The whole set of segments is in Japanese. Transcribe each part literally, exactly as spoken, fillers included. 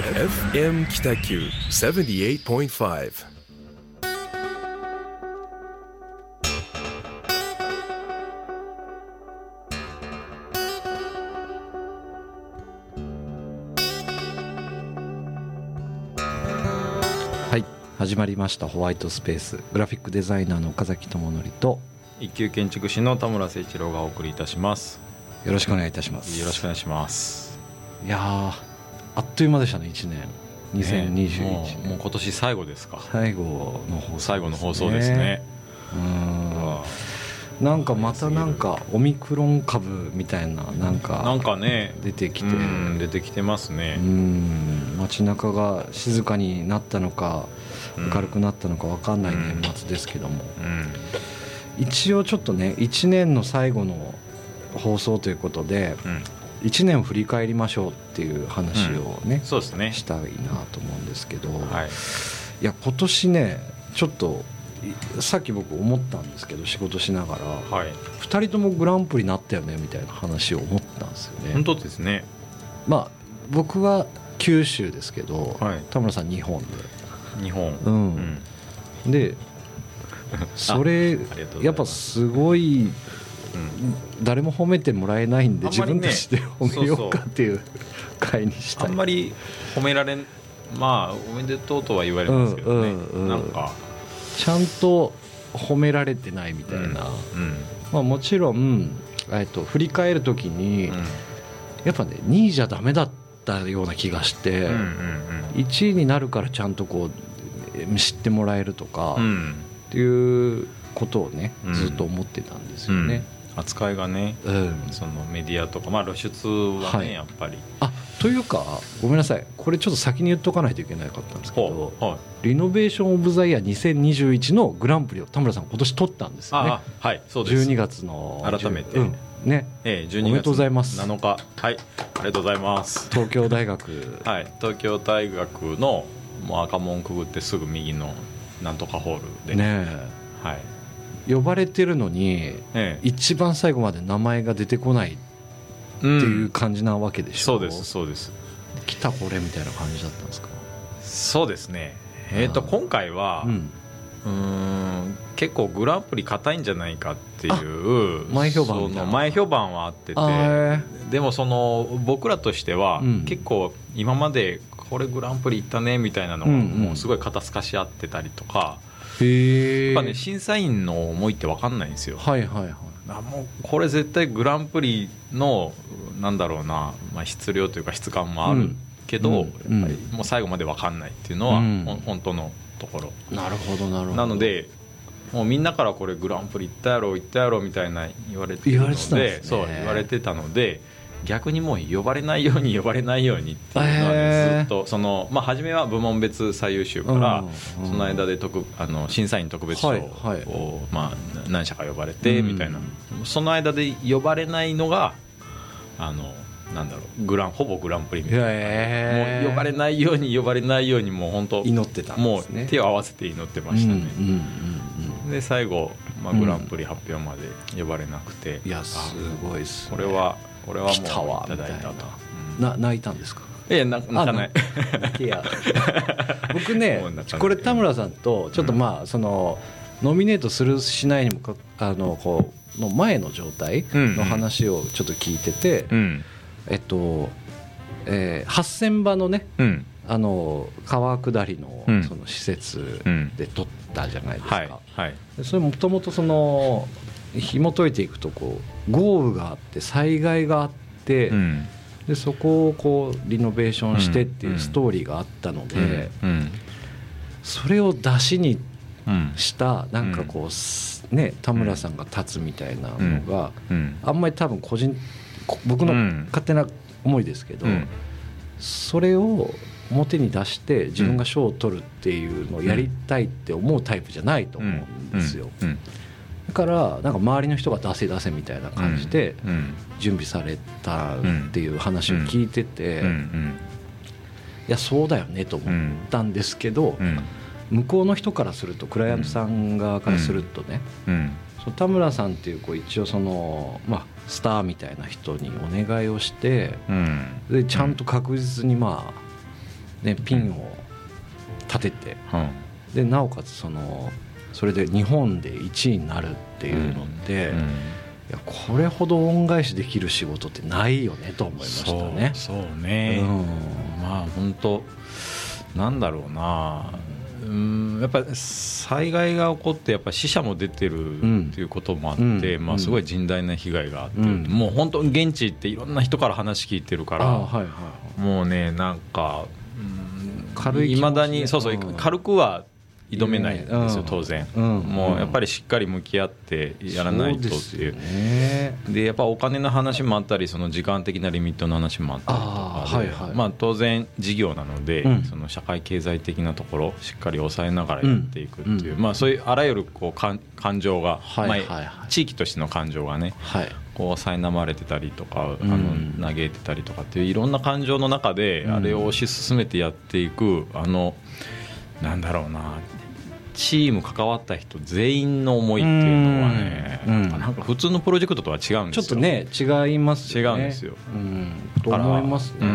エフエム 北九 ななじゅうはちてんご。 はい、始まりましたホワイトスペース。グラフィックデザイナーの岡崎智則と一級建築士の田村誠一郎がお送りいたします。 よろしくお願いいたします。 よろしくお願いします。 いやー、あっという間でしたね。いちねんにせんにじゅういちねん、 ね、もう、もう今年最後ですか。 最後の放送ですね。 最後の放送ですね。 うん、なんかまたなんかオミクロン株みたいななんかなんかね出てきて、 うん出てきてますね。 うん街中が静かになったのか明るくなったのか分かんない年末ですけども、 うんうん一応ちょっとねいちねんの最後の放送ということで、うん、いちねんを振り返りましょうっていう話をね、うん、 そうですね、 したいなと思うんですけど、 はい、 いや今年ねちょっとさっき僕思ったんですけど仕事しながら、はい、ふたりともグランプリになったよねみたいな話を思ったんですよね。 本当ですね。 まあ僕は九州ですけど、はい、田村さん日本で日本、 うんうん、でそれやっぱすごい、うん、誰も褒めてもらえないんで、ね、自分たちで褒めようかっていう回にしたい。 あんまり褒められん、まあおめでとうとは言われますけどね、うんうんうん、なんかちゃんと褒められてないみたいな、うんうんまあ、もちろん、えっと、振り返るときに、うん、やっぱねにいじゃダメだったような気がして、うんうんうん、いちいになるからちゃんとこう知ってもらえるとか、うんっていうことをねずっと思ってたんですよね、 うん、扱いがね、うん、そのメディアとか、まあ、露出はね、はい、やっぱりあというかごめんなさいこれちょっと先に言っとかないといけなかったんですけど、はい、リノベーションオブザイヤーにせんにじゅういちのグランプリを田村さん今年取ったんですよね。 ああ、はい、そうです。 じゅうにがつの改めて、 うんねええ、じゅうにがつおめでとうございます。 なのか、はい、ありがとうございます。 東京大学はい、東京大学のもう赤門くぐってすぐ右のなんとかホールでねえはい、呼ばれてるのに、ええ、一番最後まで名前が出てこないっていう感じなわけでしょ、 うん、そうですそうです。 来たこれみたいな感じだったんですか。 そうですね、えー、と今回は、うん、うーん結構グランプリ硬いんじゃないかっていう前評判その前評判はあってて、でもその僕らとしては、うん、結構今までこれグランプリいったねみたいなのがもうすごい肩透かし合ってたりとか、へやっぱね審査員の思いって分かんないんですよ。 はいはいはい。 あもうこれ絶対グランプリのなんだろうな、まあ、質量というか質感もあるけど、うんうん、やっぱりもう最後まで分かんないっていうのは、うん、本当のところ。 なるほどなるほど。 なのでもうみんなからこれグランプリいったやろいったやろみたいな言われてるので、 言われてたんですね。 そう言われてたので逆にもう呼ばれないように呼ばれないようにっていうのは、ね、ずっとその、まあ、初めは部門別最優秀から、うん、その間で特あの審査員特別賞を、はいはいまあ、何社か呼ばれてみたいな、うん、その間で呼ばれないのがあのなんだろうグランほぼグランプリみたいな、もう呼ばれないように呼ばれないようにもう本当祈ってたんですね。 もう手を合わせて祈ってましたね、うんうんうんうん、で最後、まあ、グランプリ発表まで呼ばれなくて、 うん、いやすごいですね。 これはこれはもういただいたと。 な泣いたんですか。 いや泣かない僕ねこれ田村さんとちょっとまあそのノミネートするしないにもあのこうの前の状態の話をちょっと聞いてて、うんうん、えっと、えー、はっせんばのね、うん、あの川下り の, その施設で撮ったじゃないですか、はいはい、それもともとその紐解いていくとこう豪雨があって災害があって、うん、でそこをこうリノベーションしてっていうストーリーがあったので、うんうん、それを出しにしたなんかこう、ね、田村さんが立つみたいなのがあんまり多分個人僕の勝手な思いですけど、うん、それを表に出して自分が賞を取るっていうのをやりたいって思うタイプじゃないと思うんですよ。うんうんうんだからなんか周りの人が出せ出せみたいな感じで準備されたっていう話を聞いてて、いやそうだよねと思ったんですけど、向こうの人からするとクライアントさん側からするとね、その田村さんっていうこう一応そのまあスターみたいな人にお願いをして、でちゃんと確実にまあね、ピンを立てて、 うん、 でなおかつそのそれで日本でいちいになるっていうのって、うんうん、いやこれほど恩返しできる仕事ってないよねと思いましたね。 そう、そうね、うん、まあ本当なんだろうな、うん、やっぱり災害が起こってやっぱ死者も出てるっていうこともあって、うん、まあ、すごい甚大な被害があって、うん、もう本当に現地行っていろんな人から話聞いてるから、はいはい、もうねなんか、うん、軽い気持ち、ね、未だにそうそう、うん、軽くは挑めないんですよ、当然、うん、もうやっぱりしっかり向き合ってやらないとっていう、ね、でやっぱお金の話もあったりその時間的なリミットの話もあったりとかで、はいはい、まあ、当然事業なので、うん、その社会経済的なところをしっかり抑えながらやっていくっていう、うん、まあ、そういうあらゆるこう感情が、はいはいはい、まあ、地域としての感情がね、はい、こう苛まれてたりとか、うん、あの嘆いてたりとかっていういろんな感情の中で、うん、あれを推し進めてやっていく、あのなんだろうな、チーム関わった人全員の思いっていうのはね、うん、なんか普通のプロジェクトとは違うんですよ。ちょっとね違いますよね。 違うんですよ、うん、 と思いますね、うん、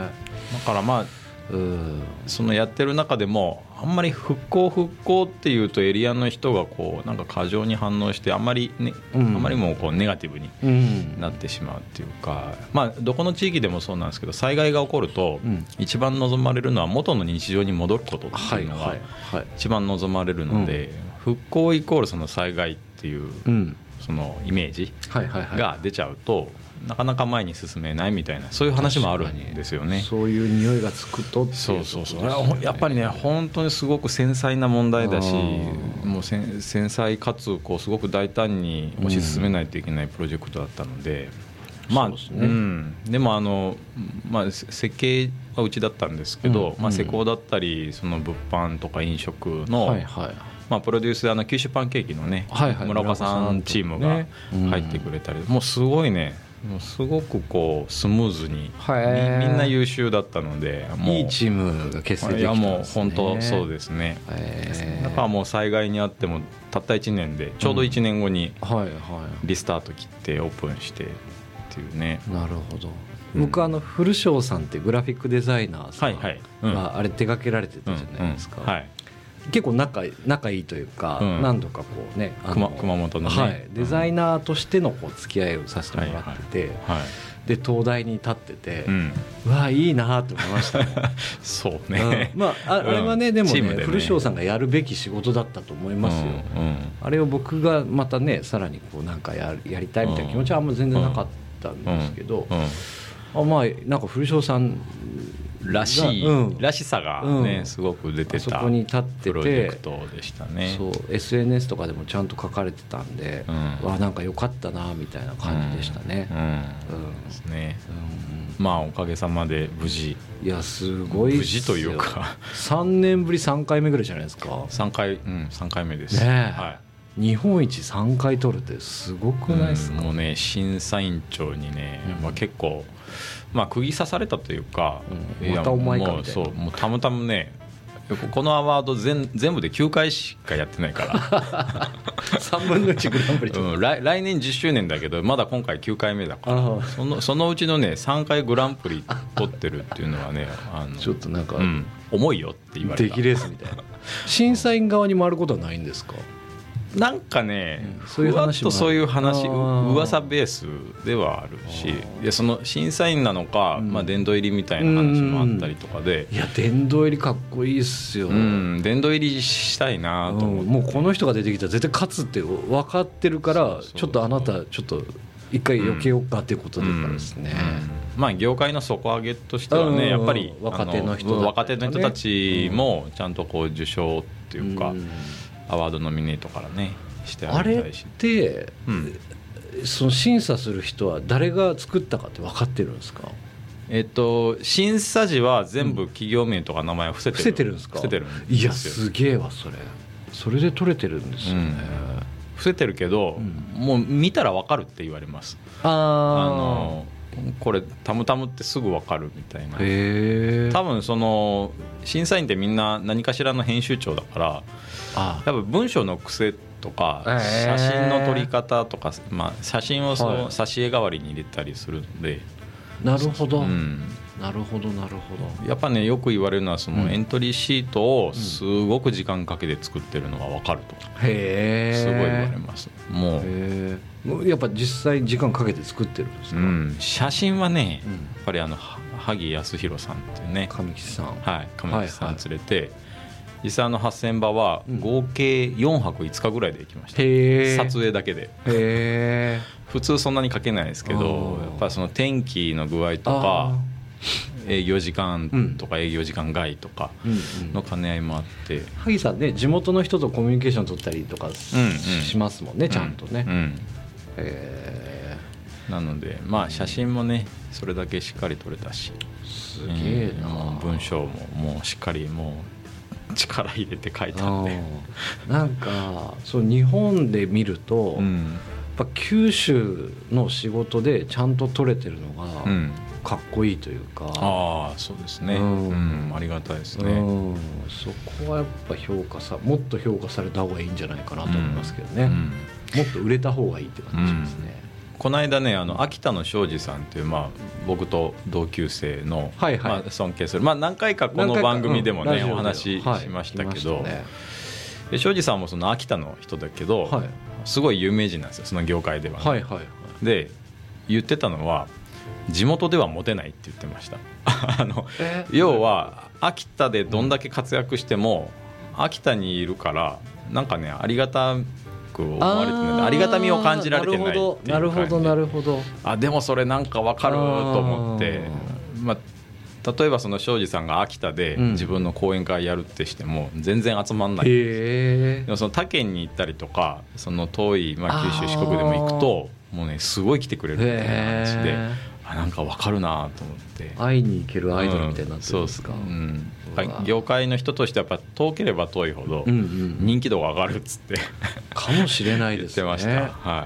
だからまあ、うん、そのやってる中でもあんまり復興復興っていうとエリアの人がこうなんか過剰に反応してあんまり、ね、うん、あんまりもこうネガティブになってしまうっていうか、まあ、どこの地域でもそうなんですけど災害が起こると一番望まれるのは元の日常に戻ることっていうのが一番望まれるので、復興イコールその災害っていうそのイメージが出ちゃうとなかなか前に進めないみたいな、そういう話もあるんですよね。 そういう匂いがつくとっていう、 そうそうそう、やっぱりね本当にすごく繊細な問題だし、もう繊細かつこうすごく大胆に推し進めないといけないプロジェクトだったので、うん、まあ で, ね、うん、でもあの、まあ、設計はうちだったんですけど、うん、まあ、施工だったりその物販とか飲食の、はいはい、まあ、プロデュースであの九州パンケーキのね、はいはい、村岡さんチームが入ってくれたり、うん、もうすごいね、もうすごくこうスムーズに、み, みんな優秀だったので、もういいチームが結成できたんですね。いやもう本当そうですね。だからもう災害にあってもたったいちねんでちょうどいちねんごにリスタート切ってオープンしてっていうね。 なるほど。僕あの古庄さんってグラフィックデザイナーさんがあれ手掛けられてたじゃないですか。はい、結構 仲, 仲いいというか、うん、何度かこうね、あの熊, 熊本のね、 はい、デザイナーとしてのこう付き合いをさせてもらってて、はいはいはい、で東大に立ってて、うん、うわいいなと思いましたね。 そうね、 うん、まあ、あ, あれはね、うん、でも ね, でね古庄さんがやるべき仕事だったと思いますよ、うんうん、あれを僕がまたねさらにこうなんか や, やりたいみたいな気持ちはあんま全然なかったんですけど、うんうんうん、あまあなんか古庄さんらしい、うん、らしさがね、うん、すごく出てたそこに立っててプロジェクトでしたね。 そう エスエヌエス とかでもちゃんと書かれてたんで、うん、わなんか良かったなみたいな感じでしたね。うん、うんうんですね、うん、まあおかげさまで無事、 いやすごい無事というかさんねんぶりさんかいめぐらいじゃないですか。 さんかい、うん、さんかいめです、 ね、 はい、 日本一さんかい取るってすごくないですか。 うん、もうね審査委員長にね、うんまあ、結構まあ、釘刺されたというか、 うん、またお前かみたいな。 もうそうもうたまたまねこのアワード 全, 全部できゅうかいしかやってないからさんぶんのいちグランプリ、 うん、来, 来年じゅっしゅうねんだけどまだ今回きゅうかいめだからそ の, そのうちのねさんかいグランプリ取ってるっていうのはねあのちょっとなんか、 うん、重いよって言われた。 出来レースみたいな審査員側に回ることはないんですか。 なんかね、 うん、そういう話ふわっとそういう話噂ベースではあるし、いやその審査員なのか、うんまあ、殿堂入りみたいな話もあったりとかで、 いや殿堂入りかっこいいっすよ、 うん、殿堂入りしたいなと思って、うん、 もうこの人が出てきたら絶対勝つって分かってるから、そうそうそうちょっとあなたちょっと一回避けようかっていうことでからですね、うんうんまあ、業界の底上げとしてはね、やっぱり若手の人若手の人たちもちゃんとこう受賞っていうか、うんアワードノミネートからねしてあげたいし。 あれって、うん、その審査する人は誰が作ったかって分かってるんですか。 えっと審査時は全部企業名とか名前を伏せてる、うん、伏せてるんですか。 伏せてるんですよ。 いやすげえわそれそれで取れてるんですよね、うん、 伏せてるけど、うん、もう見たら分かるって言われます。 ああのこれタムタムってすぐ分かるみたいな。 へ多分その審査員ってみんな何かしらの編集長だからあ多分文章の癖とか写真の撮り方とか、まあ、写真をその挿絵代わりに入れたりするので、 なるほど、 うん、 なるほどなるほど。 やっぱねよく言われるのはそのエントリーシートをすごく時間かけて作ってるのが分かると、 うん、へえ、 すごい言われます。もうへえ、やっぱ実際時間かけて作ってるんですか？ うん、写真はね、うん、やっぱりあの萩康弘さんっていうね、 神木さん、 はい、神木さん連れて、はいはい、実際あのはっせんばは合計よんはくいつかぐらいで行きました、うん、撮影だけで。 へ普通そんなにかけないですけど、やっぱりその天気の具合とか営業時間とか営業時間外とかの兼ね合いもあって、うんうん、 萩さんね地元の人とコミュニケーション取ったりとかしますもんね、うんうん、ちゃんとね、うんうん、 へなのでまあ写真もねそれだけしっかり撮れたし、 すげえな、 うん、文章ももうしっかりもう力入れて書いたんで、 なんかそう日本で見ると、うん、やっぱ九州の仕事でちゃんと撮れてるのがかっこいいというか、うん、 ああそうですね、うんうん、ありがたいですね、 うん、そこはやっぱ評価さもっと評価された方がいいんじゃないかなと思いますけどね、うんうん、もっと売れた方がいいって感じしますね、 うん、この間ねあの秋田の庄司さんっていう、まあ、僕と同級生の、はいはい、まあ、尊敬する、まあ、何回かこの番組でもね、うん、お話ししましたけど、はいね、で庄司さんもその秋田の人だけど、はい、すごい有名人なんですよその業界では、ね、はいはいはい、で言ってたのは地元ではモテないって言ってましたあの、えー、要は秋田でどんだけ活躍しても、うん、秋田にいるからなんかねありがたく思われてない、ありがたみを感じられてないっていう感じで、 なるほどなるほど、 あでもそれなんか分かると思って、まあ、例えばその庄司さんが秋田で自分の講演会やるってしても全然集まんない、うん、でもその他県に行ったりとかその遠い、まあ、九州四国でも行くともうねすごい来てくれるみたいな話で、あなんか分かるなと思って、 会いに行けるアイドルみたいになってるんですか、うん、 そうです、うん、業界の人としてやっぱ遠ければ遠いほど人気度が上がるっつって、 かもしれないですね言ってました、はい、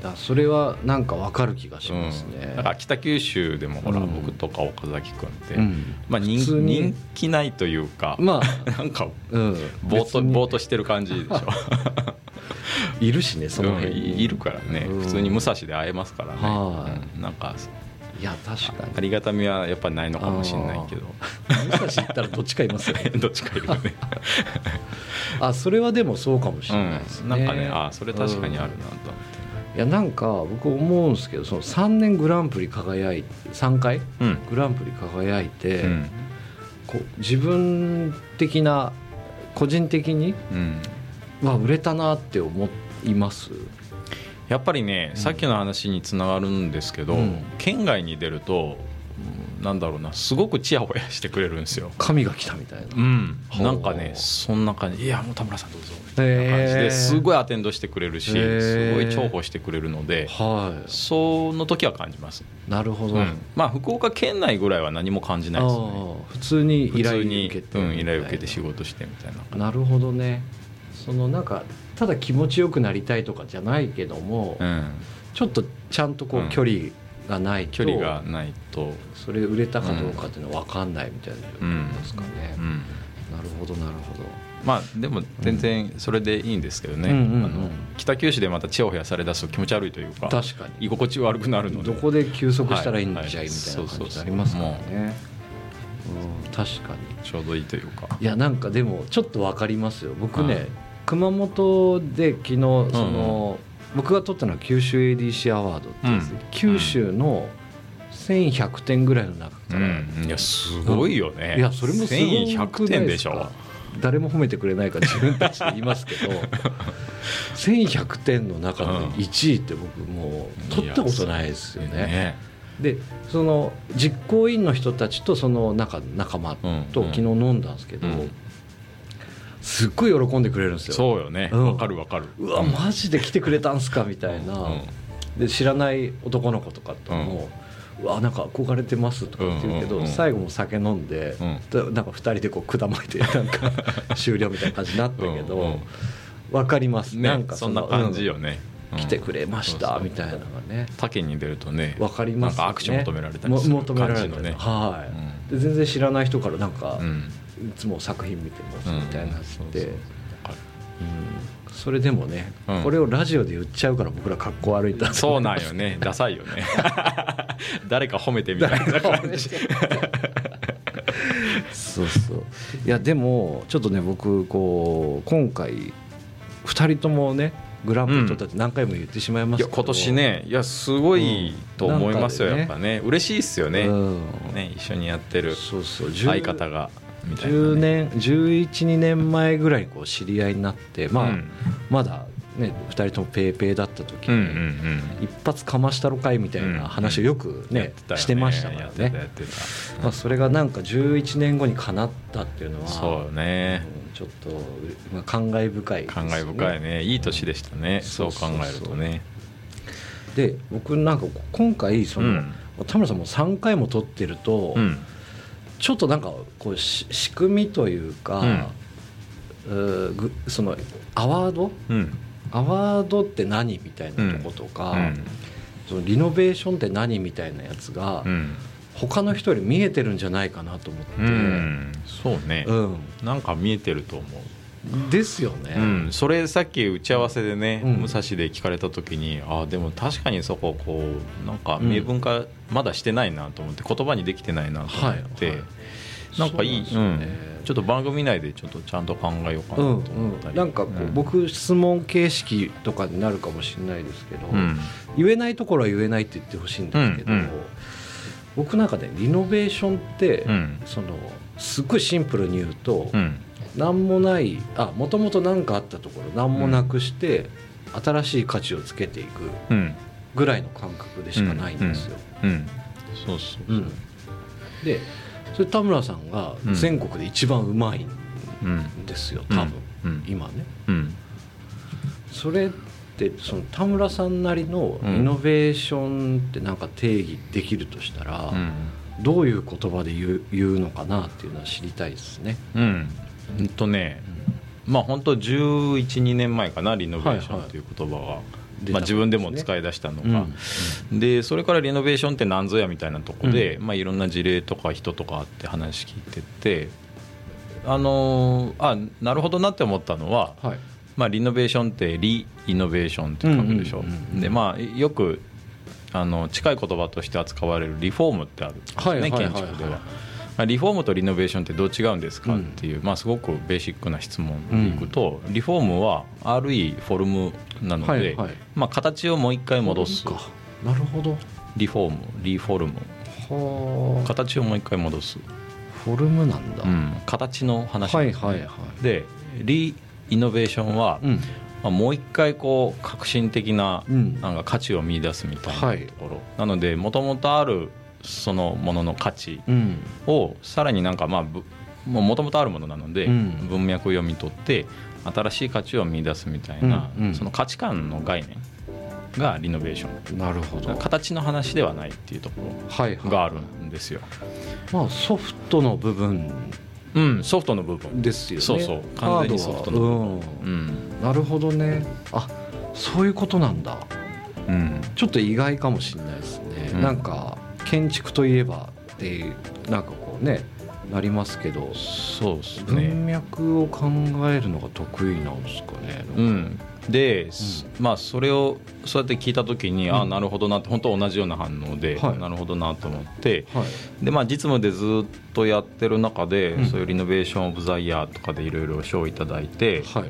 いやそれはなんか分かる気がしますね、 うん、だから北九州でもほら、うん、僕とか岡崎君って、うんまあ、人, 人気ないというか、まあ、なんか、うん、ぼーっとぼーっとしてる感じでしょいるしねその辺に、 うん、いるからね、うん、普通に武蔵で会えますからね、うん、なんかいや確かにありがたみはやっぱりないのかもしれないけど武蔵行ったらどっちかいますよねどっちかいるよねあそれはでもそうかもしれないですね、うん、 なんかねあそれ確かにあるなと思って、 うん、いやなんか僕思うんですけどそのさんねんグランプリ輝いてさんかい、うん、グランプリ輝いて、うん、こう自分的な個人的に、うんまあ、売れたなって思います。 やっぱりね、うん、さっきの話につながるんですけど、うん、県外に出ると、うん、なんだろうなすごくチヤホヤしてくれるんですよ。 神が来たみたいな、 うん、なんかねそんな感じいやもう田村さんどうぞみたいな感じですごいアテンドしてくれるしすごい重宝してくれるので、はい、その時は感じます。 なるほど、 うん、まあ福岡県内ぐらいは何も感じないですね。 普通に依頼受けて、 うん、依頼受けて仕事してみたいな。 なるほどね。そのなんかただ気持ちよくなりたいとかじゃないけども、うん、ちょっとちゃんとこう距離がないと、 距離がないとそれ売れたかどうかっていうのは分かんないみたいな状況ですかね、うんうん、なるほどなるほど。 まあでも全然それでいいんですけどね、うんうんうんうん、あの北九州でまたチヤホヤされだすと気持ち悪いというか確かに居心地悪くなるのでどこで休息したらいいんじゃい、はいはい、みたいな感じになりますからね。うん、確かにちょうどいいというか。 いやなんかでもちょっと分かりますよ。僕ね、はい、熊本で昨日その、うん、僕が取ったのは九州 エーディーシー アワードってやつで、うん、九州のせんひゃくてんぐらいの中から、 うん、いやすごいよね、 いやそれもすごくないですか。せんひゃくてんでしょ。誰も褒めてくれないから自分たちで言いますけどせんひゃくてんの中のいちいって僕もう取ったことないですよね。でその実行委員の人たちとその仲仲間と昨日飲んだんですけど、うんうん、すっごい喜んでくれるんですよ。 そうよね、うん、分かる分かる。 うわマジで来てくれたんすかみたいな、うん、で知らない男の子とかとも、うん、うわなんか憧れてますとかって言うけど、うんうんうん、最後も酒飲んで、うん、なんかふたりでこう管巻いてなんか終了みたいな感じになったけど、うんうん、分かります、 ね、 なんかそ, そんな感じよね、 うん、来てくれましたみたいなのがね。 他県に出るとね分かりますね。 なんか握手求められたりする感じのね、 はい、うん、で全然知らない人からなんか、うん、いつも作品見てますみたいなので、うんそれでもね、うん、これをラジオで言っちゃうから僕ら格好悪いんだ。 そうなんよねダサいよね誰か褒めてみたいな感じそうそう。いやでもちょっとね僕こう今回ふたりともねグランプリ取ったって何回も言ってしまいましたけど、 いや今年ねいやすごいと思いますよ、うんね、やっぱね嬉しいっすよね、うん、ね一緒にやってる相方がみたいな、ね、じゅうねんじゅういち、にねんまえぐらいにこう知り合いになって、まあうん、まだねふたりともペーペーだった時に、うんうんうん、一発かましたろかいみたいな話をよくね、うんうん、してましたからね。まあ、それがなんかじゅういちねんごに叶ったっていうのはそうね、 うん、ちょっと、まあ、感慨深いですね。 感慨深いね。いい年でしたね、そう考えるとね。 で僕なんか今回その、うん、田村さんもさんかいも取ってると、うん、ちょっとなんかこう仕組みというか、うん、うそのアワード、うん、アワードって何みたいなとことか、うん、そのリノベーションって何みたいなやつが、うん、他の人より見えてるんじゃないかなと思って、うん、 そうね、うん、なんか見えてると思うですよね、 うん、それさっき打ち合わせでね、うん、武蔵で聞かれた時にあでも確かにそここうなんか明文化まだしてないなと思って、言葉にできてないなと思って、はいはい、なんかいい、うん、ちょっと番組内でちょっとちゃんと考えようかなと思ったり、うんうん、 なんかこう、うん、僕質問形式とかになるかもしれないですけど、うん、言えないところは言えないって言ってほしいんですけど、うんうん、僕なんかねリノベーションって、うん、そのすっごいシンプルに言うと、うん何もないあもともと何かあったところ何もなくして、うん、新しい価値をつけていくぐらいの感覚でしかないんですよ。 そうそう、うん、 でそれ田村さんが全国で一番うまいんですよ、うん、多分、うん、今ね、うん、それってその田村さんなりのイノベーションってなんか定義できるとしたら、うん、どういう言葉で言う、言うのかなっていうのは知りたいですね。 うんうんとね、まあ本当じゅういち、にねんまえかなリノベーションという言葉が、はいはいまあ、自分でも使い出したのが、うんうん、でそれからリノベーションって何ぞやみたいなところで、うんまあ、いろんな事例とか人とかあって話聞いててあのあなるほどなって思ったのは、はいまあ、リノベーションってリイノベーションって書くでしょ、うんうんうんうん、でまあよくあの近い言葉として扱われるリフォームってあるんですね、はいはいはいはい、建築では。リフォームとリノベーションってどう違うんですかっていう、うんまあ、すごくベーシックな質問でいくと、うん、リフォームは アールイー フォルムなので、はいはいまあ、形をもう一回戻す。 なるほど。 リフォームリフォルムは形をもう一回戻すフォルムなんだ、うん、 形の話なんですね、はいはいはい、でリイノベーションは、うんまあ、もう一回こう革新的 な, なんか価値を見出すみたいなところ、はい、なのでもともとあるそのものの価値をさらになんかまあもともとあるものなので文脈を読み取って新しい価値を見出すみたいなその価値観の概念がリノベーション。 なるほど。 形の話ではないっていうところがあるんですよ、 はいはいまあ、ソフトの部分うんソフトの部分ですよね。 そうそう完全にソフトの部分、うんうん、なるほどね。あそういうことなんだ、うん、ちょっと意外かもしれないですね、うん、なんか建築といえばっていうなんかこうねなりますけどそうですね文脈を考えるのが得意なんですかね。 うん、で、うん、まあそれをそうやって聞いた時に、うん、ああなるほどなって本当同じような反応で、はい、なるほどなと思って、はい、でまあ実務でずっとやってる中で、うん、そういうリノベーションオブザイヤーとかでいろいろ賞をいただいて、はい、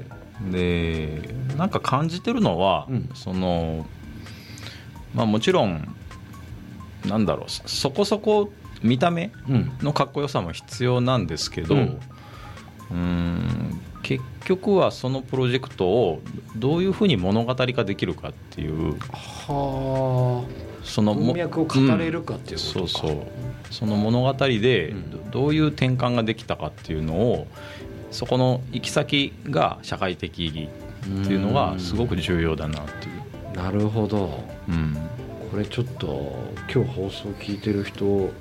でなんか感じてるのは、うん、そのまあもちろんなんだろうそこそこ見た目のかっこよさも必要なんですけど、うん、うーん結局はそのプロジェクトをどういうふうに物語化できるかっていうはその文脈を語れるかっていうことか、 うん、そうそうその物語でどういう転換ができたかっていうのをそこの行き先が社会的意義っていうのがすごく重要だなっていう。 なるほど、うんこれちょっと今日放送聞いてる人、うん、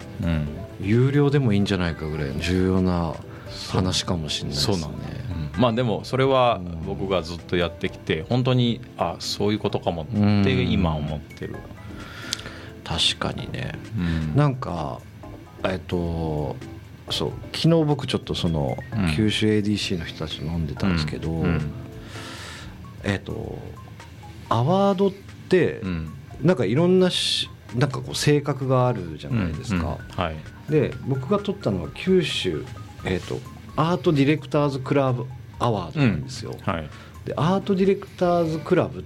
有料でもいいんじゃないかぐらいの重要な話かもしれないですね。そうなんだ、 うん、まあでもそれは僕がずっとやってきて本当にあそういうことかもって今思ってる。 確かにね、うん、なんかえっとそう昨日僕ちょっとその、うん、九州 エーディーシー の人たちと飲んでたんですけど、うんうん、えっとアワードって、うんなんかいろんなしなんかこう性格があるじゃないですか、 うんうんはい、 で僕が撮ったのは九州、えーと、アートディレクターズクラブアワードなんですよ、 うんはい、 でアートディレクターズクラブって、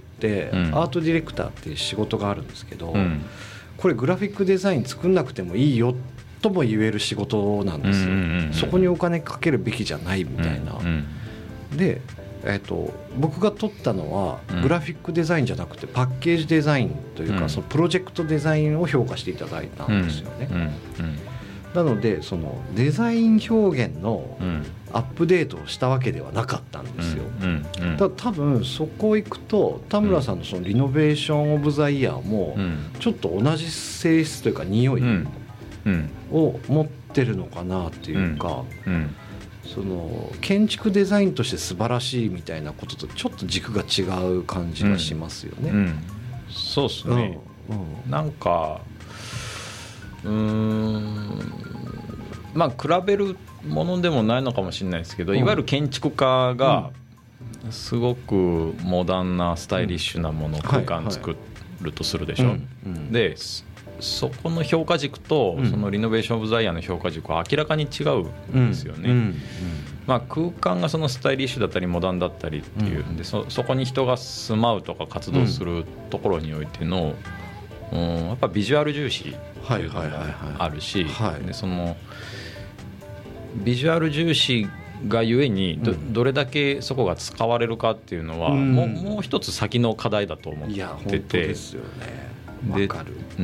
うん、アートディレクターっていう仕事があるんですけど、うん、これグラフィックデザイン作んなくてもいいよとも言える仕事なんですよ、うんうんうん、そこにお金かけるべきじゃないみたいな、うんうん、で、えーと、僕が撮ったのはグラフィックデザインじゃなくてパッケージデザインというか、うん、そのプロジェクトデザインを評価していただいたんですよね、うんうんうん、なのでそのデザイン表現のアップデートをしたわけではなかったんですよ、うんうんうん、ただ多分そこ行くと田村さんのそのリノベーションオブザイヤーもちょっと同じ性質というか匂いを持ってるのかなっていうか、うんうんその建築デザインとして素晴らしいみたいなこととちょっと軸が違う感じがしますよね、うんうん、 そうですね、うんうん、なんかうーんまあ比べるものでもないのかもしれないですけど、うん、いわゆる建築家がすごくモダンなスタイリッシュなものを空間作るとするでしょ、はいはいうんうん、でそこの評価軸とそのリノベーション・オブ・ザ・イヤーの評価軸は明らかに違うんですよね、うんうんうんまあ、空間がそのスタイリッシュだったりモダンだったりっていう、うん、で そ, そこに人が住まうとか活動するところにおいての、うん、やっぱビジュアル重視っていうのがあるし、でそのビジュアル重視がゆえに ど, どれだけそこが使われるかっていうのは、うん、も, うもう一つ先の課題だと思ってて、いや本当ですよね、で, かる、うん、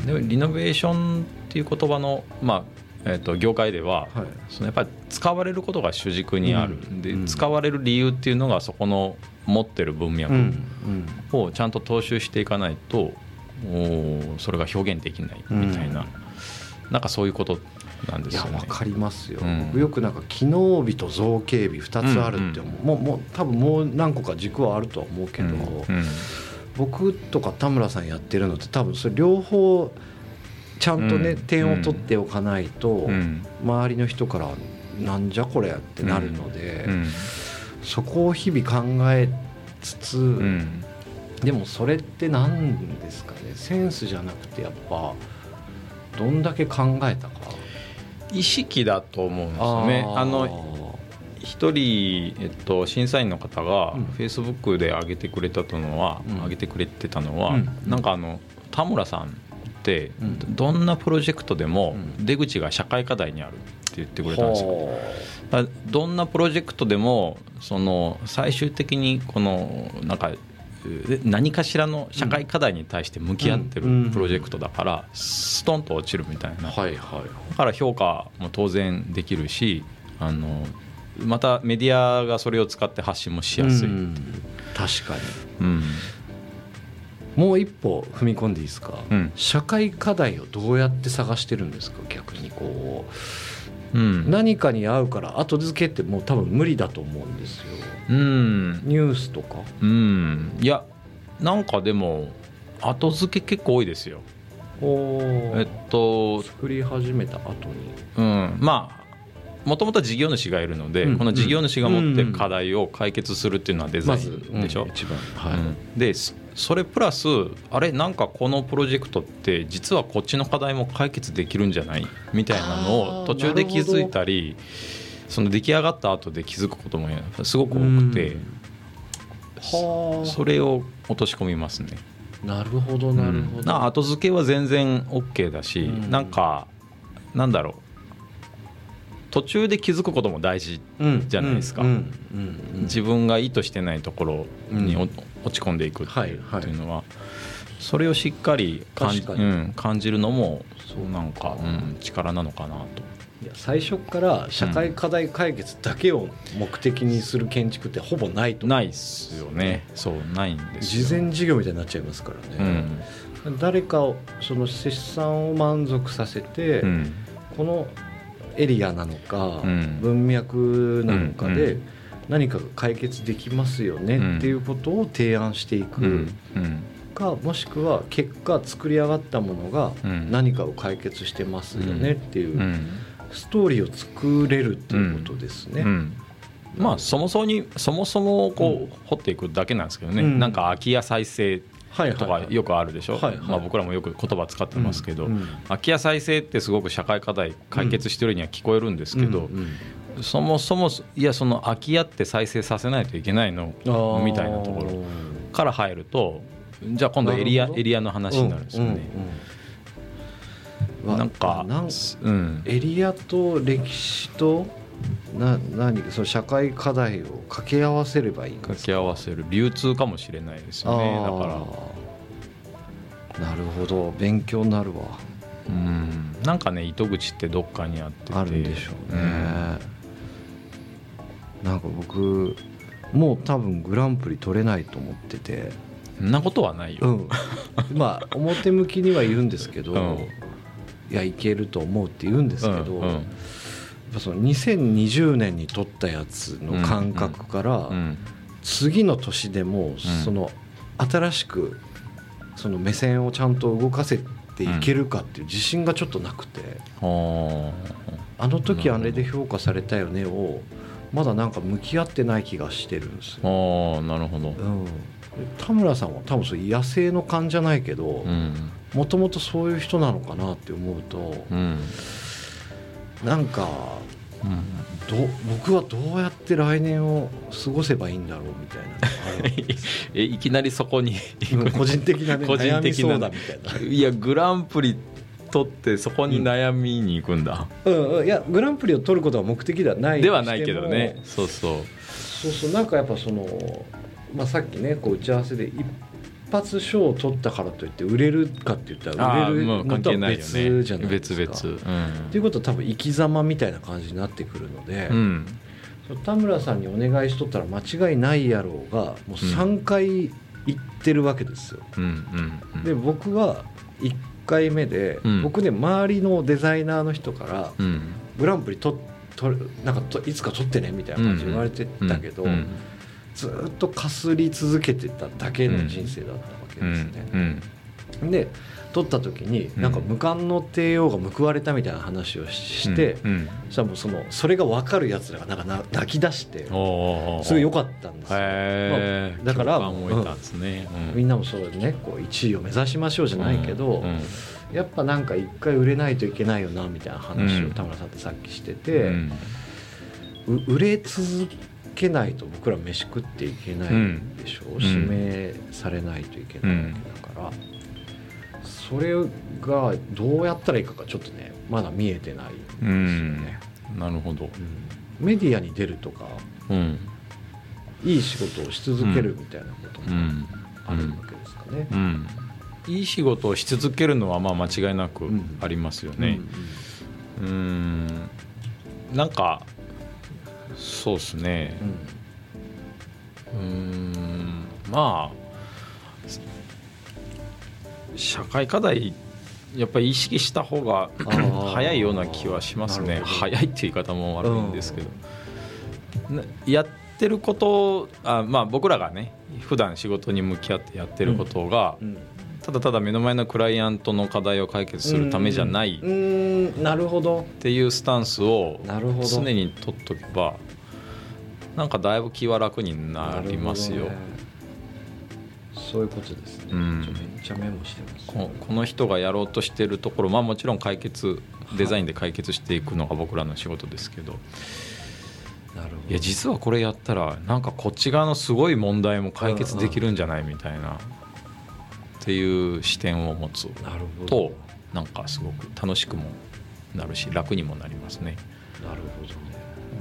でリノベーションっていう言葉の、まあえー、と業界では、はい、そのやっぱり使われることが主軸にある、うん、で、うん、使われる理由っていうのがそこの持ってる文脈をちゃんと踏襲していかないと、うん、それが表現できないみたいな、うん、なんかそういうことなんですよね。いや分かりますよ、うん、 僕よくなんか機能美と造形美ふたつあるって思う、うんうん、もう、もう多分もう何個か軸はあるとは思うけど、うんうん僕とか田村さんやってるのって多分それ両方ちゃんとね、うん、点を取っておかないと、うん、周りの人からなんじゃこれってなるので、うんうん、そこを日々考えつつ、うん、でもそれって何ですかね、センスじゃなくてやっぱどんだけ考えたか意識だと思うんですよね。あの一人、えっと、審査員の方がフェイスブックで上げてくれたのは、うん、上げてくれてたのは、うん、なんかあの田村さんってどんなプロジェクトでも出口が社会課題にあるって言ってくれたんですよ。だどんなプロジェクトでもその最終的にこのなんか何かしらの社会課題に対して向き合ってるプロジェクトだからストンと落ちるみたいな、はいはい、だから評価も当然できるし、あのまたメディアがそれを使って発信もしやすい、うん、 確かに、うん、もう一歩踏み込んでいいですか、うん、社会課題をどうやって探してるんですか逆にこう、うん、何かに合うから後付けってもう多分無理だと思うんですよ、うん、ニュースとか、 うん、いやなんかでも後付け結構多いですよ。おえっと作り始めた後に、 うん、まあもともと事業主がいるので、うん、この事業主が持ってる課題を解決するっていうのはデザインでしょ、まず、うん、一番、はいうん、でそれプラスあれなんかこのプロジェクトって実はこっちの課題も解決できるんじゃないみたいなのを途中で気づいたり、その出来上がった後で気づくこともすごく多くて、うん、それを落とし込みますね。 なるほどなるほど、うん、 後付けは全然 OK だし、うん、なんかなんだろう途中で気づくことも大事じゃないですか、うんうんうんうん、自分が意図してないところに、うん、落ち込んでいくっていう、はいはい、っていうのはそれをしっかり感じ、うん、感じるのもそうなんか、うん、力なのかなと。 いや最初から社会課題解決だけを目的にする建築ってほぼないと思う、 ないっすよね。そうないんですよ。 事前事業みたいになっちゃいますからね、うん、誰かをその出産を満足させて、うん、このエリアなのか、うん、文脈なのかで何かが解決できますよねっていうことを提案していくか、もしくは結果作り上がったものが何かを解決してますよねっていうストーリーを作れるっていうことですね、うんうんまあ、そもそもにそもそもこう掘っていくだけなんですけどね、うん、なんか空き家再生とかよくあるでしょ、はいはいまあ、僕らもよく言葉使ってますけど、うんうん、空き家再生ってすごく社会課題解決してるには聞こえるんですけど、うんうんうん、そもそもいやその空き家って再生させないといけないのみたいなところから入るとじゃあ今度エリアエリアの話になるんですよね、うんうんうん、なんかなん、うん、エリアと歴史とな何その社会課題を掛け合わせればいいんですか。 掛け合わせる流通かもしれないですよね。だからなるほど勉強になるわ。 うんなんかね糸口ってどっかにあっててあるんでしょうね、うん、なんか僕もう多分グランプリ取れないと思ってて。 そんなことはないよ、うん、 まあ表向きには言うんですけど、うん、いやいけると思うって言うんですけど、うんうんそのにせんにじゅうねんに撮ったやつの感覚から次の年でもその新しくその目線をちゃんと動かせていけるかっていう自信がちょっとなくて、あの時あれで評価されたよねをまだなんか向き合ってない気がしてるんですよ。 ああなるほど、うん、 田村さんは多分そう野生の勘じゃないけどもともとそういう人なのかなって思うと、うんなんか、うん、ど僕はどうやって来年を過ごせばいいんだろうみたいなえいきなりそこに個人的な、ね、 個人的な悩み相談みたいな。 いやグランプリ取ってそこに悩みに行くんだ、 うんうん、いやグランプリを取ることは目的ではないではないけどね。そうそうそうそうなんかやっぱその、まあ、さっきねこう打ち合わせで一発賞を取ったからといって売れるかって言ったら売れるのとは別じゃないですか。別々、うん、っていうことは多分生き様みたいな感じになってくるので、うん、田村さんにお願いしとったら間違いないやろうがもうさんかい行ってるわけですよ、うんうんうん、で僕はいっかいめで、うん、僕ね周りのデザイナーの人から、うん、グランプリととなんかといつか取ってねみたいな感じで言われてたけど、うんうんうんずっとかすり続けてただけの人生だったわけですね、うんうん、で撮った時になんか無冠の帝王が報われたみたいな話をして、うんうん、そしたらもうそのそれが分かるやつらがなんか泣き出してすごい良かったんですよ、まあ、だから、 ねうん、みんなもそうねこういちいを目指しましょうじゃないけど、うんうん、やっぱなんか一回売れないといけないよなみたいな話を田村さんとさっきしてて、うん、売れ続けけないと僕ら飯食っていけないでしょう、うん、指名されないといけないわけだから、うん、それがどうやったらいいかがちょっとねまだ見えてないんですよね、 うん、なるほど、うん、 メディアに出るとか、うん、いい仕事をし続けるみたいなこともあるわけですかね、うんうん、いい仕事をし続けるのはまあ間違いなくありますよね、うんうんうん、なんかそうですね、うん、うーんまあ社会課題やっぱり意識した方が早いような気はしますね。早いっていう言い方も悪いんですけど、うん、やってることあ、まあ、僕らがね普段仕事に向き合ってやってることが、うんうん、ただただ目の前のクライアントの課題を解決するためじゃない、 うんうん、なるほどっていうスタンスを常に取っとけばなんかだいぶ気は楽になりますよ、ね、 そういうことですね、うん、めっちゃメモしてます、 ね、こ, この人がやろうとしてるところ、まあ、もちろん解決デザインで解決していくのが僕らの仕事ですけど、なるほどいや実はこれやったらなんかこっち側のすごい問題も解決できるんじゃないみたいなっていう視点を持つとなんかすごく楽しくもなるし楽にもなりますね。 なるほどね、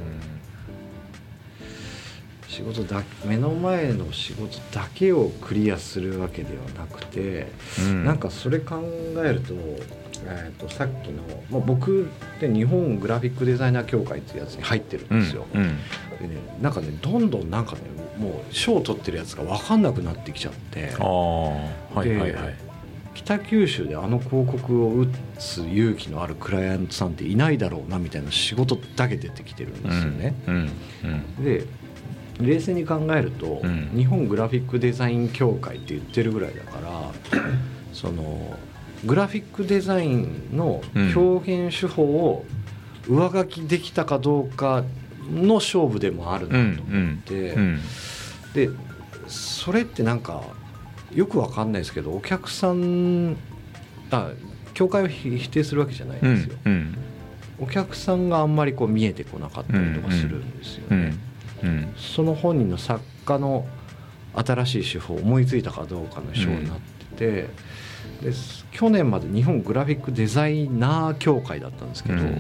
うん、仕事だ目の前の仕事だけをクリアするわけではなくて、うん、なんかそれ考えると、えー、とさっきの、まあ、僕って日本グラフィックデザイナー協会っていうやつに入ってるんですよ、うんうん、でね、なんかねどんどんなんかねもう賞を取ってるやつが分かんなくなってきちゃって、あ、はいはいはい、北九州であの広告を打つ勇気のあるクライアントさんっていないだろうなみたいな仕事だけ出てきてるんですよね、うんうんうん、で冷静に考えると、うん、日本グラフィックデザイン協会って言ってるぐらいだからそのグラフィックデザインの表現手法を上書きできたかどうかの勝負でもあるなと思って、うんうんうん、でそれってなんかよくわかんないですけどお客さんあ教会を否定するわけじゃないんですよ、うんうん、お客さんがあんまりこう見えてこなかったりとかするんですよね、うんうんうん、その本人の作家の新しい手法を思いついたかどうかの賞になってて、うん、で去年まで日本グラフィックデザイナー協会だったんですけど、うんうん、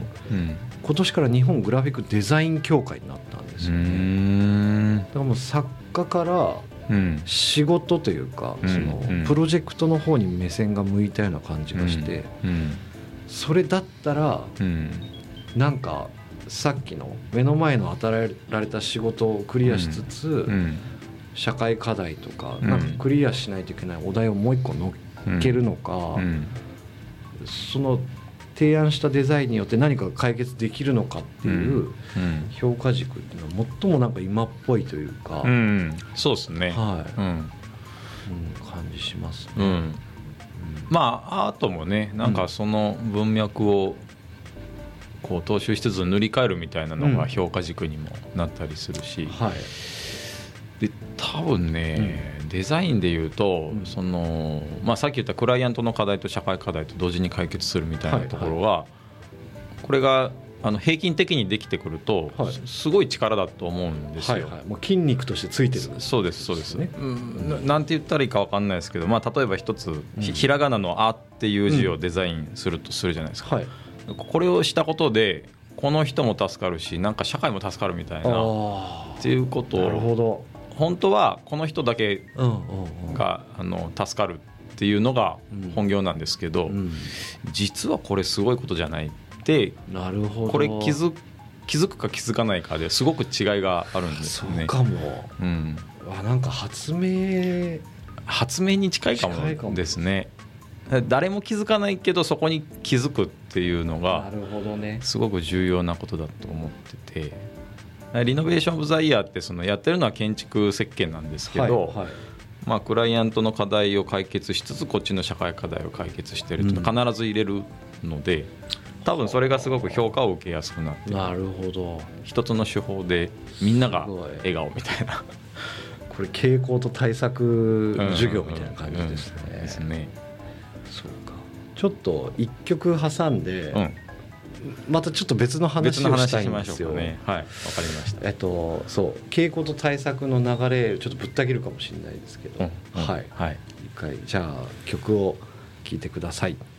今年から日本グラフィックデザイン協会になったんですよね。だからもう作家から仕事というか、うん、そのプロジェクトの方に目線が向いたような感じがして、うんうん、それだったら、うん、なんかさっきの目の前の与えられた仕事をクリアしつつ、うんうん、社会課題とか、なんかクリアしないといけないお題をもう一個乗っけるのか、うんうん、その提案したデザインによって何かが解決できるのかっていう評価軸っていうのは最もなんか今っぽいというか、 うんうん、そうですね、 はい、うんうん、感じしますね、うんうん、 まあアートもねなんかその文脈をこう踏襲しつつ塗り替えるみたいなのが評価軸にもなったりするし、うん、はい、で多分ね、うん、デザインでいうと、うん、そのまあ、さっき言ったクライアントの課題と社会課題と同時に解決するみたいなところは、はいはい、これがあの平均的にできてくると、はい、すごい力だと思うんですよ、はいはい、 もう筋肉としてついてるんです。 そうですそうです、ね、うん、なんて言ったらいいか分かんないですけど、まあ、例えば一つ、うん、ひらがなのあっていう字をデザインするとするじゃないですか、うん、はい、これをしたことでこの人も助かるしなんか社会も助かるみたいなっていうことを、なるほど、本当はこの人だけがあの助かるっていうのが本業なんですけど、うんうん、実はこれすごいことじゃないって、 なるほど、 これ気づ、気づくか気づかないかですごく違いがあるんですよね。 そうかも、うん、あ、なんか発明発明に近いかもですね。誰も気づかないけどそこに気づくっていうのがすごく重要なことだと思ってて、リノベーションオブザイヤーってそのやってるのは建築設計なんですけど、はいはい、まあ、クライアントの課題を解決しつつこっちの社会課題を解決してるっていうのは必ず入れるので、うん、多分それがすごく評価を受けやすくなってる。 なるほど、 一つの手法でみんなが笑顔みたいなこれ傾向と対策授業みたいな感じですね、うんうんうん、ですね。そうか、ちょっと一曲挟んで、うん、またちょっと別の話をしたいんですよ。 ね、はい、わかりました。 えっとそう傾向と対策の流れちょっとぶった切るかもしれないですけど、うんうん、はい、はい、一回じゃあ曲を聴いてください。